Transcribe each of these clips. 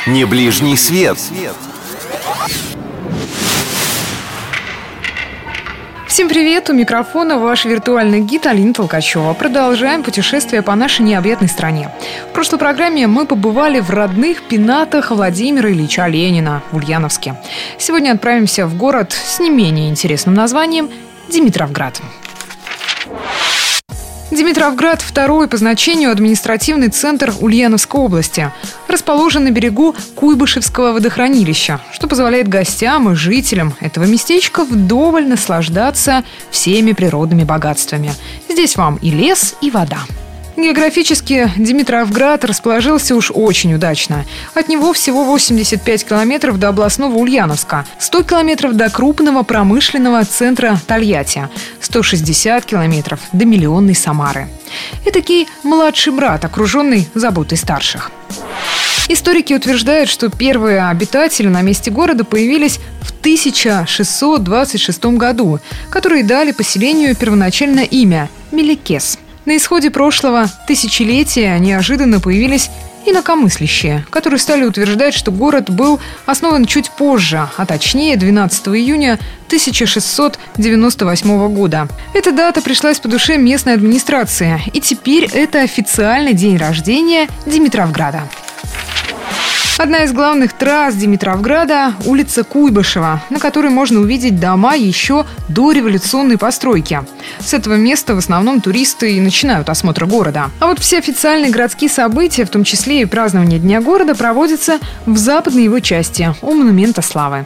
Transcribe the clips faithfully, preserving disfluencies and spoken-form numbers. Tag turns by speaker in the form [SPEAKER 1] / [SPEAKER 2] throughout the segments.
[SPEAKER 1] Не ближний свет.
[SPEAKER 2] Всем привет! У микрофона ваш виртуальный гид Алина Толкачева. Продолжаем путешествие по нашей необъятной стране. В прошлой программе мы побывали в родных пенатах Владимира Ильича Ленина в Ульяновске. Сегодня отправимся в город с не менее интересным названием Димитровград. Димитровград – второй по значению административный центр Ульяновской области. Расположен на берегу Куйбышевского водохранилища, что позволяет гостям и жителям этого местечка вдоволь наслаждаться всеми природными богатствами. Здесь вам и лес, и вода. Географически Димитровград расположился уж очень удачно. От него всего восемьдесят пять километров до областного Ульяновска, сто километров до крупного промышленного центра Тольятти, сто шестьдесят километров до миллионной Самары. Этакий младший брат, окруженный заботой старших. Историки утверждают, что первые обитатели на месте города появились в тысяча шестьсот двадцать шестом году, которые дали поселению первоначальное имя – Меликес. На исходе прошлого тысячелетия неожиданно появились инакомыслящие, которые стали утверждать, что город был основан чуть позже, а точнее двенадцатого июня тысяча шестьсот девяносто восьмого года. Эта дата пришлась по душе местной администрации, и теперь это официальный день рождения Димитровграда. Одна из главных трасс Димитровграда – улица Куйбышева, на которой можно увидеть дома еще до революционной постройки. С этого места в основном туристы и начинают осмотр города. А вот все официальные городские события, в том числе и празднование Дня города, проводятся в западной его части, у Монумента Славы.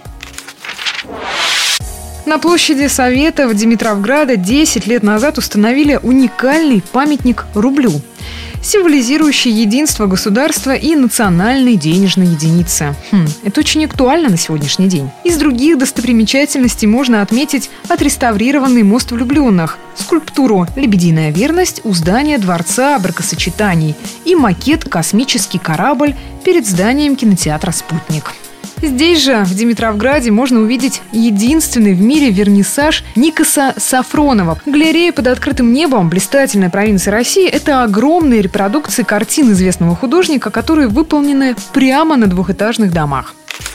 [SPEAKER 2] На площади Советов Димитровграда десять лет назад установили уникальный памятник рублю, символизирующий единство государства и национальной денежной единицы. Хм, это очень актуально на сегодняшний день. Из других достопримечательностей можно отметить отреставрированный мост влюбленных, скульптуру «Лебединая верность» у здания Дворца бракосочетаний и макет «Космический корабль» перед зданием кинотеатра «Спутник». Здесь же, в Димитровграде, можно увидеть единственный в мире вернисаж Никоса Сафронова. Галерея под открытым небом, блистательная провинция России – это огромные репродукции картин известного художника, которые выполнены прямо на двухэтажных домах.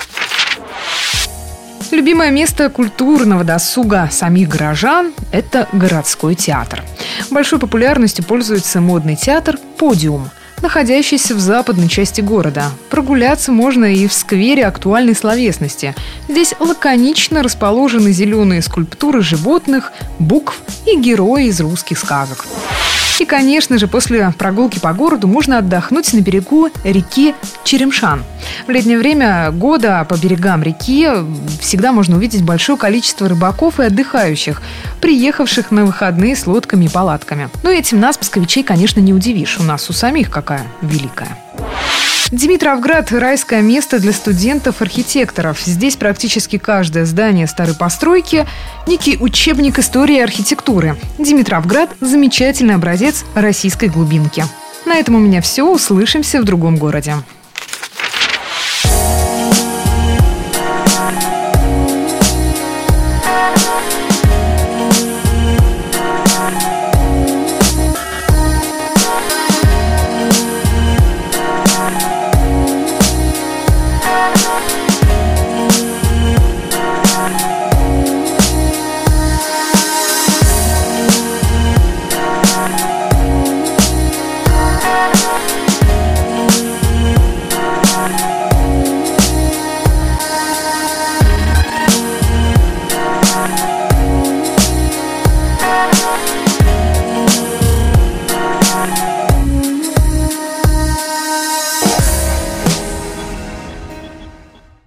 [SPEAKER 2] Любимое место культурного досуга самих горожан – это городской театр. Большой популярностью пользуется модный театр «Подиум», находящийся в западной части города. Прогуляться можно и в сквере актуальной словесности. Здесь лаконично расположены зеленые скульптуры животных, букв и герои из русских сказок. И, конечно же, после прогулки по городу можно отдохнуть на берегу реки Черемшан. В летнее время года по берегам реки всегда можно увидеть большое количество рыбаков и отдыхающих, приехавших на выходные с лодками и палатками. Но этим нас, псковичей, конечно, не удивишь. У нас у самих какая великая. Димитровград – райское место для студентов-архитекторов. Здесь практически каждое здание старой постройки – некий учебник истории архитектуры. Димитровград – замечательный образец российской глубинки. На этом у меня все. Услышимся в другом городе.
[SPEAKER 3] Bye.